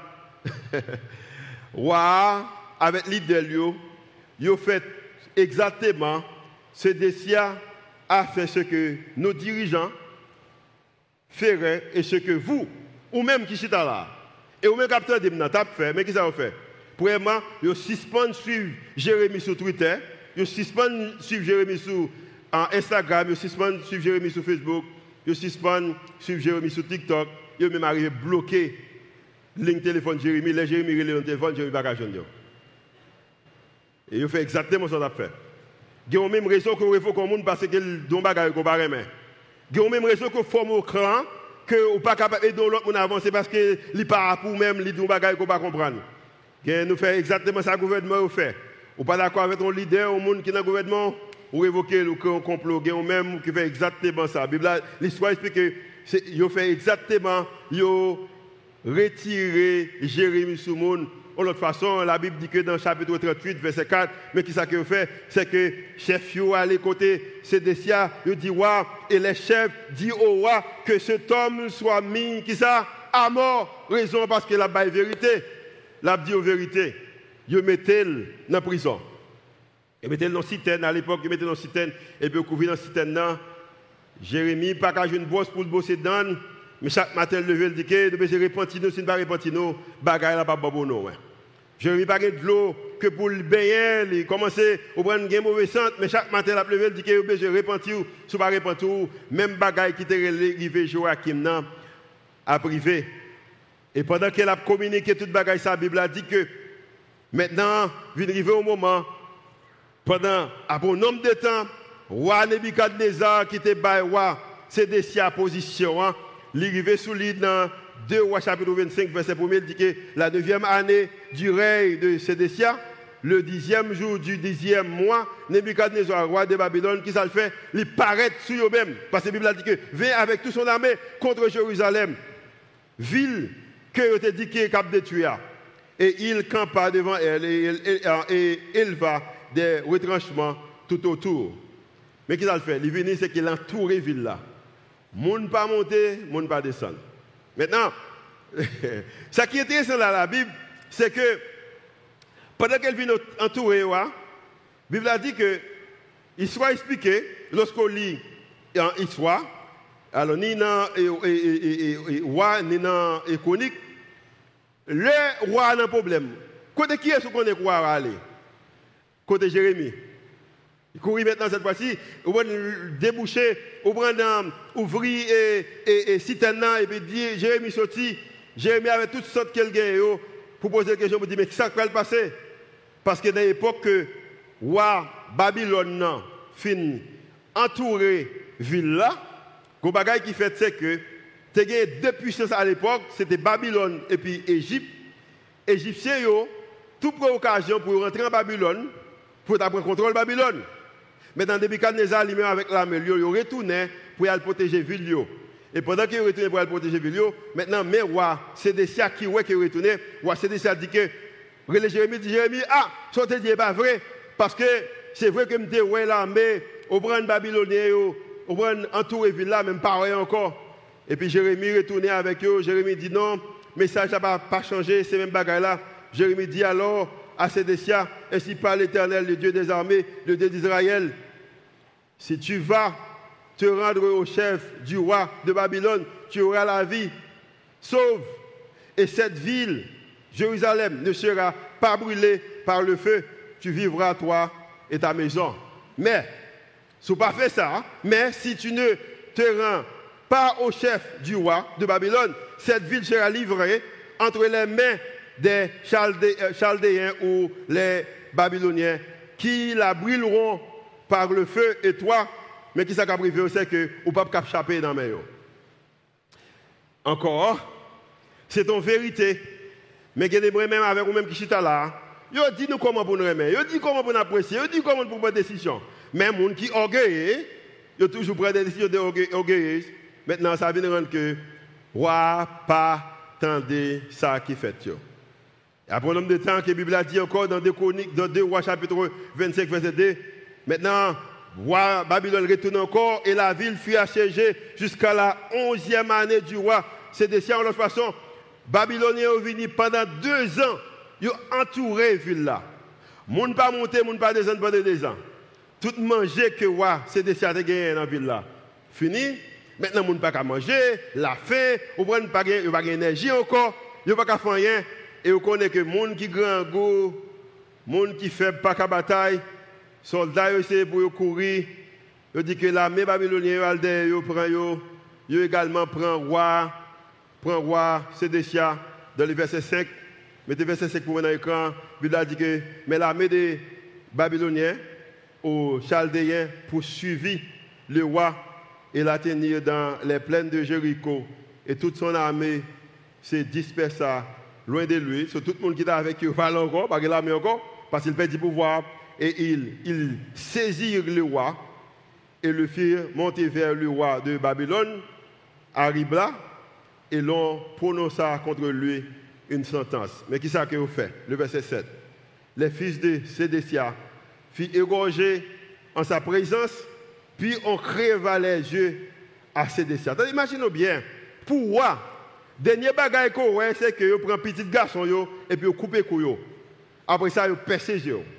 Roi, avec leader, il a fait exactement Sédécia a fait ce que nos dirigeants feraient et ce que vous, ou même qui êtes là, et vous même capteur de m'n'a fait, mais qui ça vous fait? Premièrement, vous suspendez suivre Jérémie sur Twitter, vous suspendez suivre Jérémie sur Instagram, vous suspendez suivre Jérémie sur Facebook, vous suspendez suivre Jérémie sur TikTok, vous même arrivé à bloquer le téléphone de Jérémie, les Jérémie relève le téléphone, Jérémie ne peut pas joindre. Et vous faites exactement ce que vous avez fait. Vous avez même raison que vous réfléchissez comme monde parce que vous avez des choses que vous avez même raison que vous formez au cran, que vous n'êtes pas capable d'aider l'autre monde à avancer parce que ce n'est pas pour même, les choses que vous ne pouvez pas comprendre. Nous faisons exactement ce que le gouvernement fait. Vous n'êtes pas d'accord avec un leader, un monde qui est dans le gouvernement, vous révoquez le complot, vous même qui fait exactement ça. L'histoire explique que vous faites exactement, vous retirez Jérémie sous monde. De l'autre façon, la Bible dit que dans le chapitre trente-huit, verset quatre, mais qui ça que fait, c'est que chef yo allé côté Sédécia, il dit roi, et les chefs disent au roi que cet homme soit mis, qui ça, à mort. Raison parce que la baille vérité, la dit aux vérité, il mettait dans la prison. Il mettait dans la citerne, à l'époque, il mettait dans la citerne, et puis couvrir dans la citerne. Jérémie, pas qu'à jouer une bosse pour le bosser dedans, mais chaque matin, le lever, il dit que nous devons repentir, nous, si nous ne repentir, nous, bagaille là, pas bon, non. Jérémie n'a pas de l'eau que pour le baigner, il commence à prendre une mauvaise santé, mais chaque matin, la lever, il dit que nous devons repentir, si nous ne repentir, même bagaille qui était arrivé Joachim à privé. Et pendant qu'elle a communiqué toute bagaille, sa Bible a dit que maintenant, il vient arriver au moment, pendant un bon nombre de temps, roi Nebuchadnezzar qui était bas roi, c'est de sa position, hein, il est arrivé sous l'île dans deux rois chapitre vingt-cinq, verset premier, il dit que la neuvième année du règne de Sédécia, le dixième jour du dixième mois, Nebuchadnezzar, roi de Babylone, qui ça le fait, il paraît sur eux-mêmes. Parce que la Bible a dit que vient avec toute son armée contre Jérusalem, ville que tu dit qu'il est capable de tuer. Et il campa devant elle et il va des retranchements tout autour. Mais qu'est-ce qu'il fait? Il vient, c'est qu'il entoure la ville là. Moun pas monter, moun pas descendre. Maintenant, ce qui est intéressant dans la Bible, c'est que pendant qu'elle vient entourer, la Bible a dit que l'histoire expliquée, lorsqu'on lit l'histoire, alors ni dans le roi, ni dans les chroniques, le roi a un problème. Côté qui est-ce qu'on est roi à aller? Côté Jérémie. Il courit maintenant cette fois-ci, on va déboucher, on va ouvrir et, et, et citerne, et puis dire, Jérémie sorti, Jérémie avait toutes sortes qu'elle gagne, pour poser la question, pour dire, mais qu'est-ce qui va se passer? Parce que dans l'époque que roi Babylone fin entouré ville là, le bagage qui fait c'est que tu as deux puissances à l'époque, c'était Babylone et puis Égypte. Égyptiens, toute occasion pour rentrer en Babylone, pour prendre contrôle de Babylone. Maintenant, Nebuchadnezzar lui-même avec l'armée, il retournait pour aller protéger la ville. Et pendant qu'il retournait pour aller protéger la ville, maintenant, mais roi Sédécia qui est retourné, roi Sédécia dit que Jérémie dit Jérémie, ah, ce que tu dis n'est pas vrai, parce que c'est vrai que je me ouais l'armée, au prend Babylonien, au prend entourer la ville là, même pas encore. Et puis Jérémie retournait avec eux, Jérémie dit non, le message n'a pas, pas changé, c'est même bagaille là. Jérémie dit alors à Sédécia, ainsi parle l'Éternel, le Dieu des armées, le Dieu d'Israël, si tu vas te rendre au chef du roi de Babylone, tu auras la vie, sauve, et cette ville, Jérusalem, ne sera pas brûlée par le feu, tu vivras toi et ta maison. Mais, si tu n'as pas fait ça, mais si tu ne te rends pas au chef du roi de Babylone, cette ville sera livrée entre les mains des Chaldé, euh, Chaldéens ou les Babyloniens qui la brûleront par le feu et toi, mais qui s'est privé, c'est que vous ne pouvez pas échapper dans les mains. Encore, c'est ton vérité, mais il y a des même avec vous-même qui sont là. Yo dit nous comment pour nous remettre, yo dit comment pour nous apprécier, yo dit comment pour prendre des décisions. Mais les gens qui orgueillent, yo toujours prendre des décisions orgueilleuses. Maintenant, ça vient de rendre que roi pas tendez ça qui fait. Après un nombre de temps que la Bible a dit encore dans deux Chroniques, dans deux Rois chapitre vingt-cinq, verset deux, maintenant, roi Babylone retourne encore et la ville fut assiégée jusqu'à la onzième année du roi Sédécia. En l'autre façon, Babyloniens ont venu pendant deux ans, ils ont entouré la ville là. Moun pas monter, moun pas descendre pendant deux ans. Tout manger que roi Sédécia a gagné dans la ville là. Fini. Maintenant, moun pas qu'à manger, la faim, ou pas pas pas d'énergie encore, ils pas qu'à faire rien. Et vous connaissez que les gens qui grand goût, les gens qui font pas de bataille, les soldats essaient pour courir. Ils disent que l'armée babylonienne, ils prennent également prend roi, prend roi Sédécia dans le verset cinq. Mettez verset cinq pour vous dans l'écran. Il a dit que mais l'armée des Babyloniens aux Chaldéens poursuivit le roi et l'a tenu dans les plaines de Jéricho. Et toute son armée s'est dispersée loin de lui. So, tout le monde qui était avec lui parle encore, parce qu'il a mis encore, parce qu'il perd du pouvoir. Et ils il saisirent le roi et le firent monter vers le roi de Babylone, à Ribla, et l'ont prononcé contre lui une sentence. Mais qui ça qu'ils ont fait? Le verset sept. Les fils de Sédécia furent égorgés en sa présence, puis on creva les yeux à Sédécia. Imaginez bien, pour roi, dernier bagaille qu'on voit, c'est que vous prenez un petit garçon yo, et puis vous coupez les couilles. Après ça, vous percez les yeux.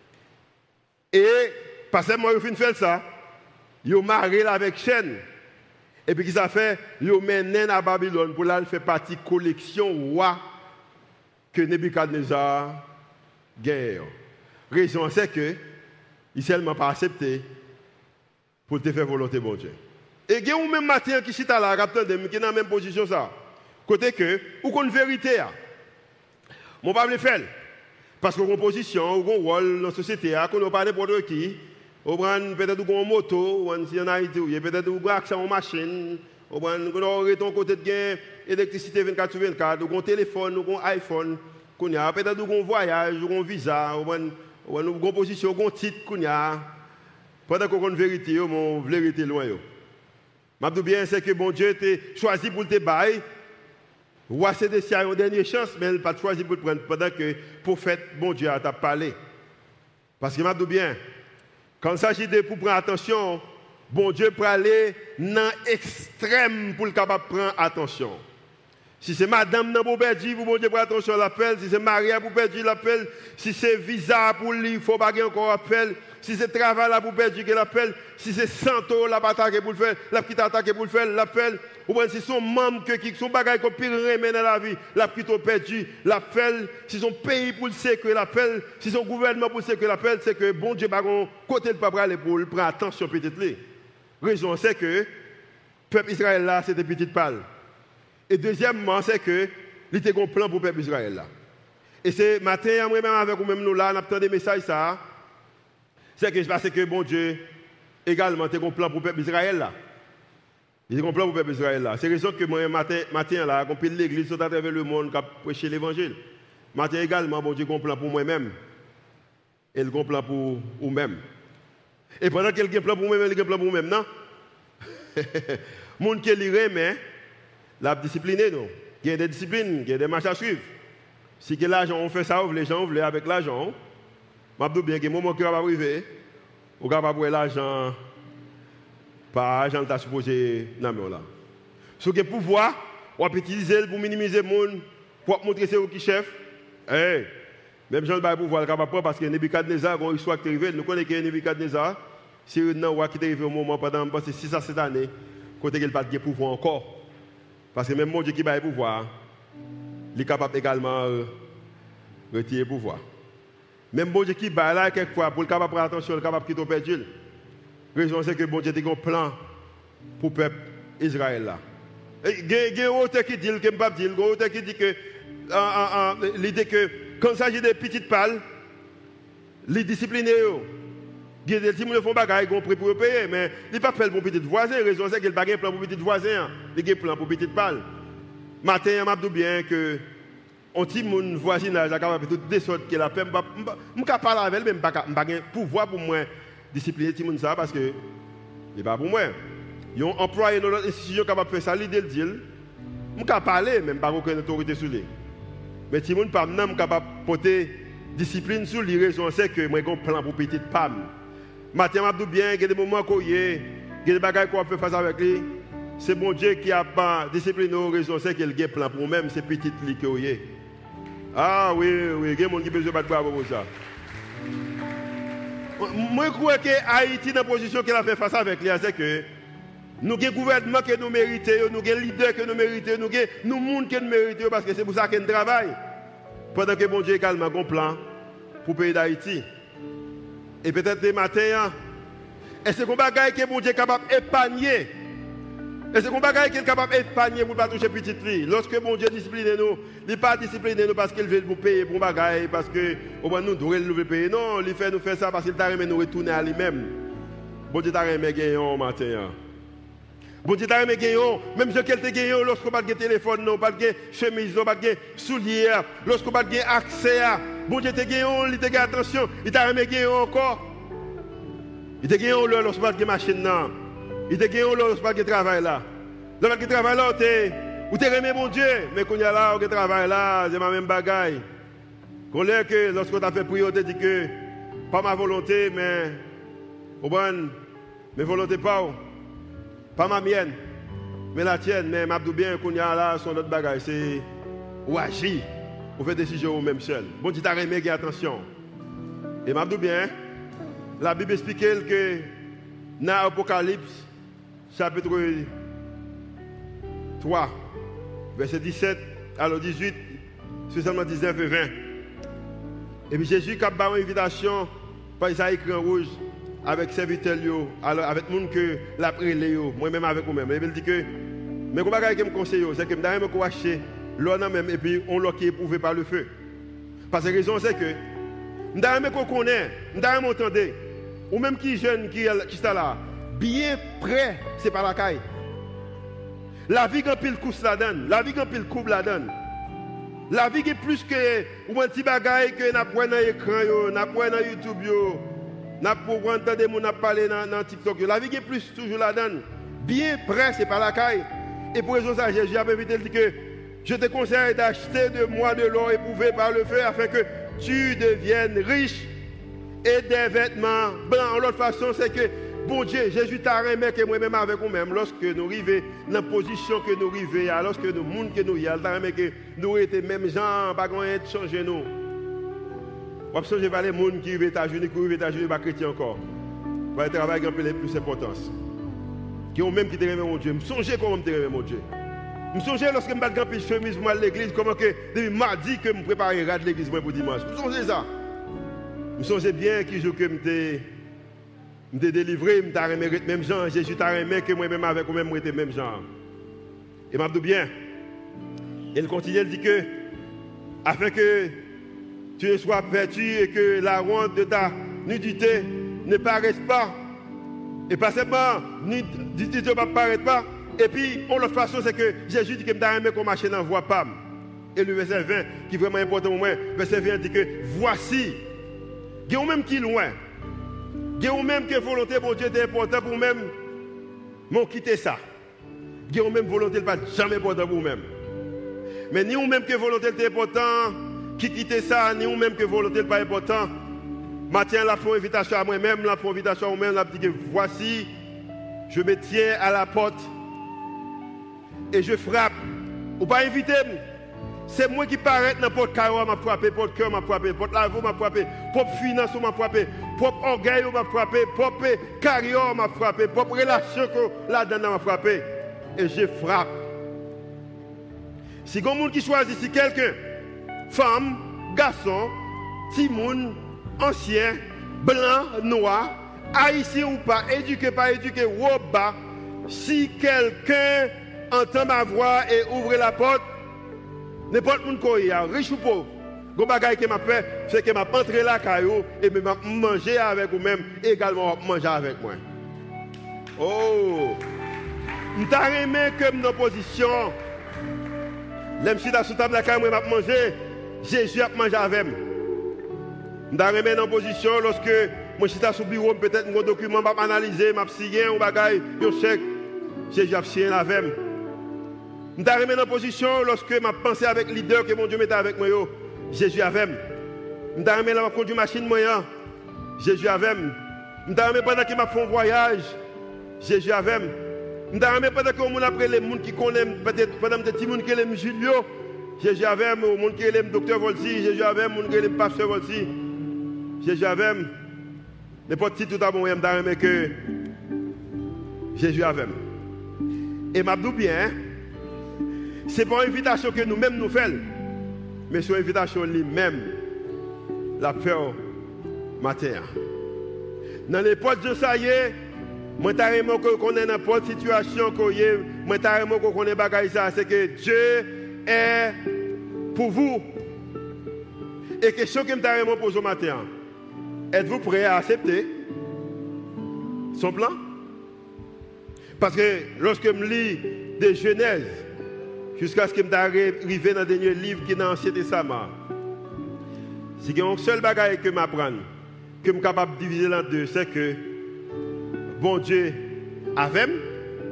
Et, parce que moi, je finis de faire ça, vous marrez avec chaîne. Et puis, qu'est-ce que ça fait? Vous menez à Babylone pour là, faire partie de la collection roi que Nebuchadnezzar gagne. La raison, c'est que il ne s'est seulement pas accepté pour te faire volonté, bon Dieu. Et il y a un même matin qui est là, qui est dans la même position. Ça. Côté que, ou qu'on vérité. Mon pas le faire. Parce qu'on a une position, ou un rôle dans la société, qu'on n'a pas n'importe qui. On prend peut-être une moto, ou si en Haïti, peut-être un accès à une machine, on prend ton côté de gain, électricité vingt-quatre sur vingt-quatre, ou un téléphone, ou un iPhone, peut-être un voyage, ou un visa, ou une position, ou un titre, pendant qu'on a une vérité, on veut vérité loin. Je dis bien, c'est que bon Dieu t'a choisi pour te bailler. Roi Sédécia a une dernière chance, mais il n'a pas choisi pour te prendre pendant que le prophète, bon Dieu, t'a parlé. Parce que je dis bien, quand il s'agit de pour prendre attention, bon Dieu peut aller dans l'extrême pour le capable prendre attention. Si c'est madame dans pour perdre, vous bon Dieu prend attention à l'appel. Si c'est Maria pour perdre l'appel. Si c'est visa pour lui, il faut pas encore appel. Si c'est travail là pour perdre l'appel. Si c'est santo la attaquer pour le faire, la petite attaquer pour le faire l'appel. Ou bien si son membre qui sont bagaille qu'on pire remet dans la vie, la petite perdu l'appel. Si son pays pour le sécuriser l'appel, si son gouvernement pour le sécuriser l'appel, c'est que bon Dieu pas côté de pas aller pour prendre attention petite là. Raison c'est que le peuple Israël là c'était petite pâle. Et deuxièmement, c'est que il y a un plan pour le peuple Israël là. Et c'est matin, moi-même avec vous-même nous là, on attend des messages ça. C'est que je pense que bon Dieu également a un plan pour le peuple Israël là. Il y a un plan pour le peuple Israël là. C'est raison que moi matin, matin là, on pile l'église à travers le monde qui prêcher l'évangile. Matin également, bon Dieu a un plan pour moi-même. Et il a un plan pour vous-même. Et pendant qu'il y a un plan pour moi-même, il y a un plan pour moi-même, non? Monde qui lirait, mais la discipline, non? Il y a des disciplines, il y a des marches à suivre. Si l'argent, on fait ça, les gens veulent avec l'argent, je dis bien que le moment qui va arriver, on va avoir l'argent, pas l'argent que tu as supposé dans le là. Ce qui est pouvoir, on peut utiliser pour minimiser le monde, pour montrer c'est qui chef. Hey, même Jean le pouvoir, il pas parce que Nebuchadnezzar, quand il soit arrivé, nous connaissons que Nebuchadnezzar, c'est un roi qui est arrivé au moment pendant six à sept années, côté qu'il n'a pas de pouvoir encore. Parce que même mon Dieu qui a le pouvoir, il est capable également de retirer le pouvoir. Même bon Dieu qui bat là, quelquefois, pour le capable de prendre attention, il est capable de quitter le perdu. La raison c'est que bon Dieu a un plan pour le peuple Israël là. Il y a un auteur qui dit, que je ne peux pas dire, il y a un auteur qui dit que l'idée que quand il s'agit de petites pales, les discipliner, il y a des gens qui font des choses, ils ont pris pour payer, mais il n'est pas fait pour petit voisin. La raison c'est qu'il n'a pas un plan pour petit voisin, il a un plan pour petite pales. Matin, je me dis bien que on dit mon voisinage est capable de tout descendre qui la paix. Je ne peux pas parler avec elle, mais je n'ai pas de pouvoir pour moi discipliner tout le monde parce que ce n'est pas pour moi. Ils ont employé dans notre institution capable de faire ça, l'idée de dire. Je ne peux pas parler, même pas aucune autorité sur lui. Mais si je ne peux pas capable de porter discipline sur lui, raison c'est que moi j'ai un plan pour petite femme. Matin, je me dis bien qu'il y a des moments où il y a des choses qu'on peut faire face avec lui. C'est bon Dieu qui a pas discipliné nos raisons, c'est qu'il y a un plan pour même ces petites lits que vous avez. Ah oui, oui, il y a des gens qui ont besoin de battre pour ça. Moi, je crois que Haïti, dans la position qu'elle a fait face avec lui, c'est que nous avons un gouvernement que nous méritons, nous avons un leader que nous méritons, nous avons nous monde que nous méritons, parce que c'est pour ça qu'on travaille. Pendant que bon Dieu a également un plan pour le pays d'Haïti. Et peut-être des matins, est-ce qu'on va gagner que bon Dieu est capable d'épargner? Est-ce qu'on va gagner qu'il est capable d'épargner pour ne pas toucher petite fille? Lorsque bon Dieu discipline nous, il n'est pas discipliné nous parce qu'il veut nous payer pour bagaille, parce que nous devons nous payer. Non, il fait nous faire ça parce qu'il t'a remis nous retourner à lui-même. Bon Dieu t'a remis gagner au matin. Bon Dieu t'a remis gagner, même si quelqu'un gagne, lorsqu'on n'a pas de téléphone, non, pas de chemise, non, pas de souliers, lorsqu'on n'a pas de accès à. Bon Dieu t'a gagné, il t'a gagné attention, il t'a remis gagner encore. Il t'a gagné lorsqu'on n'a pas de machine, non. Il te gagne là, pas de travail là. Dans le travail là, ou tu remis mon Dieu, mais quand il y a là, au travail là, c'est ma même bagaille. Qu'on l'ait que lorsqu'on t'a fait prier, on te dit que pas ma volonté, mais au bon, mes volontés pas, pas ma mienne, mais la tienne. Mais m'a dit bien qu'on y a là, son autre bagaille, c'est ou agir, ou faire des décisions même seul. Bon Dieu t'a remis, gars, attention. Et m'a dit bien, la Bible explique que dans l'Apocalypse, chapitre trois, verset dix-sept, alors dix-huit, spécialement dix-neuf et vingt. Et puis Jésus a fait une invitation par Isaïe écrit en rouge avec serviteurs, avec les gens que l'a prélé, moi-même avec vous-même. Et il dit que, mais comment je me conseille, c'est que je vais acheter l'eau même et puis on l'a qui est éprouvé par le feu. Parce que la raison c'est que, je vais qu'on connaît, je vais m'entendre, ou même qui jeune qui est là, bien près, c'est pas la caille. La vie quand pile couche la donne, la vie quand pile coupe la donne. La vie est plus que ou un petit bagaille que n'a pas dans l'écran yo, n'a pas dans YouTube yo, n'a pas entendre des gens n'a parler dans dans TikTok yo. La vie est plus toujours la donne. Bien près, c'est pas la caille. Et pour raison ça, Jésus a invité dit que je te conseille d'acheter de moi de l'or éprouvé par le feu afin que tu deviennes riche et des vêtements blancs. L'autre façon, c'est que bon Dieu, Jésus t'a remis que moi-même avec nous-mêmes, lorsque nous arrivons dans la position que nous arrivons, lorsque nous monde que nous y a, t'a remis que nous étions même gens, pas grand chose changer nous. On va changer par les gens qui vivent aux États-Unis, qui vivent aux États-Unis, pas chrétiens encore. On va travailler un peu plus d'importance. Qui ont même qui te remet mon Dieu. Je songe comment te remet mon Dieu. Je songe lorsque je me bats de chemise pour l'église, comment que depuis mardi que je me prépare à l'église pour dimanche. Je songe ça. Je songe bien qui joue que je je t'ai délivré, je t'ai remis même gens. Jésus t'a remis que moi-même avec moi-même, moi, même gens. Et m'a dit bien. Il continue, il dit que, afin que tu ne sois vêtu et que la honte de ta nudité ne paraisse pas. Et pas seulement, nudité ne paraît pas. Et puis, on l'autre façon, c'est que Jésus dit que je t'ai remis qu'on marche dans la voie P A M. Et le verset vingt, qui est vraiment important pour moi, verset vingt dit que voici, il y a même qui loin. Il y a même que volonté pour Dieu est important pour même m'ont quitté ça. Il y a même volonté pas jamais important pour même. Mais ni ou même que volonté est important qui quitte ça, ni ou même que volonté n'est pas important. Matin la font invitation à moi-même, la font invitation à moi-même, la dit que voici, je me tiens à la porte et je frappe. Ou pas inviter, c'est moi qui paraît dans n'importe carreau m'a frappé, porte cœur m'a frappé, porte lavo m'a frappé, propre finance m'a frappé, propre orgueil m'a frappé, propre carrière m'a frappé, propre relation là-dedans m'a frappé et je frappe. Si quelqu'un qui choisit, si quelqu'un, femme, garçon, timoun, ancien, blanc, noir, haïtien ou pas, éduqué, pas éduqué, ou bas, si quelqu'un entend ma voix et ouvre la porte, n'importe qui est riche ou pauvre, le bagage que m'a fait, c'est que m'a entré là caillou et m'a manger avec vous-même, également manger avec moi. Oh! M'ta aimé que mon opposition, l'aime si dans sous table la caillou m'a manger, Jésus a mangé avec moi. M'ta aimé dans position lorsque moi suis sur bureau peut-être mon document m'a analyser, m'a signé un bagage, un chèque, Jésus a signé avec moi. Je suis remis dans position lorsque je pensé avec le leader que mon Dieu mettait avec moi. Jésus avec moi. Je suis remis dans la machine moyen. Jésus avec moi. Je suis remis pendant qu'il m'a fait un voyage. Jésus avec moi. Je suis remis pendant que mon après les gens qui connaissent, peut-être pendant des petits gens qui aiment Julio. Jésus avec moi. Les gens qui aiment docteur Volsi. Jésus avec moi. Les gens qui aiment pasteur Volsi. Jésus avec moi. N'importe qui tout à bon, je suis remis que Jésus avec moi. Et je dis bien, ce n'est pas une invitation que nous-mêmes nous faisons, mais c'est une invitation lui-même, la faire matin. Dans l'époque de ça y est, moi carrément que connais n'importe situation que y moi carrément que connais bagaille ça, c'est que Dieu est pour vous. Et question que me carrément pose au matin, êtes-vous prêts à accepter son plan? Parce que lorsque je lis des Genèse, jusqu'à ce que je arrive dans le dernier livre qui est dans l'Ancien Testament, si il y a un seul bagage que je m'apprends, que je suis capable de diviser en deux, c'est que bon Dieu avec moi,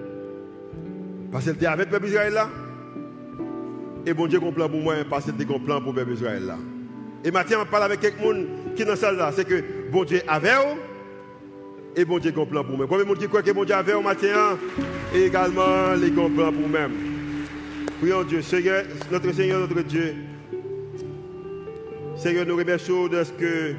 parce qu'il était avec le peuple Israël là, et bon Dieu a un plan pour moi, parce qu'il a un plan pour le peuple Israël là. Et maintenant, je parle avec quelqu'un qui est dans salle là, c'est que bon Dieu avec moi, et bon Dieu a un plan pour moi. Combien de monde qui croit que bon Dieu avec moi matin, et également les grands plans pour moi. Prions Dieu, Seigneur, notre Seigneur, notre Dieu. Seigneur, nous remercions de ce que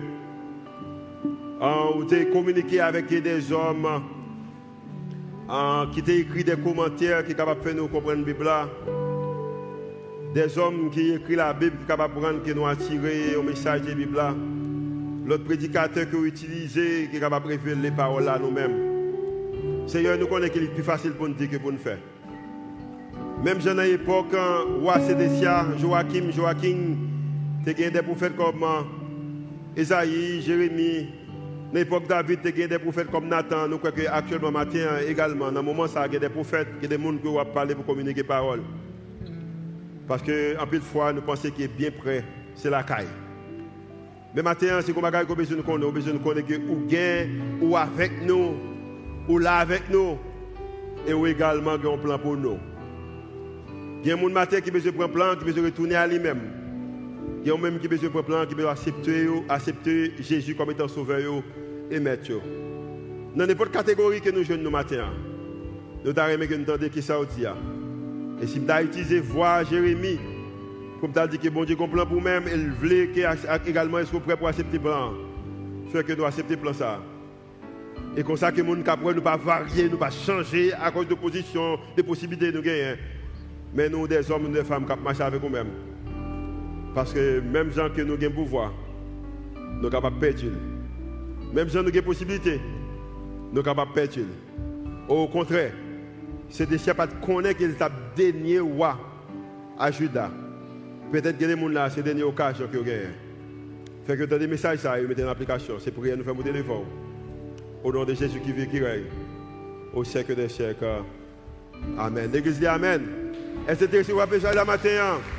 vous avez communiqué avec des hommes qui ont écrit des commentaires qui sont capables de faire nous comprendre la Bible. Des hommes qui ont écrit la Bible qui sont capables de prendre, qui nous attiré au message de la Bible. L'autre prédicateur qui a utilisé, qui est capable de révéler les paroles à nous-mêmes. Seigneur, nous connaissons qu'il est plus facile pour nous dire que pour nous faire. Même dans l'époque, roi Sédécia, Joachim, Joachim, tu as des prophètes comme Esaïe, Jérémie. Dans l'époque David, tu as des prophètes comme Nathan. Nous croyons qu'actuellement, matin également, dans le moment, ça, il y a des prophètes, il y a des gens qui vont parler pour communiquer parole. Parce qu'en plus de fois, nous pensons qu'il est bien prêt, c'est la caille. Mais maintenant, c'est comme ça qu'on a besoin de connaître, besoin de connaître que ou gain, ou avec nous, ou là avec nous, et ou également un plan pour nous. Il y a des gens qui ont besoin de prendre un plan, qui ont besoin de retourner à lui-même. Il y a des gens qui ont besoin de prendre un plan, qui ont besoin d'accepter accepter Jésus comme étant sauveur et maître. Dans n'importe quelle catégorie que nous jeunes nous matin, nous avons aimé que nous entendions qui ça dit. Et si nous avons utilisé voix Jérémie, comme tu as dit que bon Dieu a un plan pour nous-mêmes, il voulait également être prêt pour accepter le plan. Fait que nous accepter le plan ça. Et comme ça que nous ne pouvons pas varier, nous ne pas changer à cause de position, de possibilités de gagner. Mais nous, des hommes et des femmes, qui marchent avec nous-mêmes. Parce que même gens que nous avons pouvoir, nous sommes capables de perdre. Même gens qui ont possibilité, nous sommes capables de perdre. Au contraire, c'est des chiens qui connaissent qu'il est le dernier roi à Juda. Peut-être que les gens là, c'est la dernière occasion qu'ils ont gagné. Fait que tu as des messages, ça, ils mettent en application. C'est pour rien nous faire monter devant. Au nom de Jésus qui vit, qui règne, au siècle des siècles. Amen. L'église dit Amen. Est-ce que tu as besoin de la matin?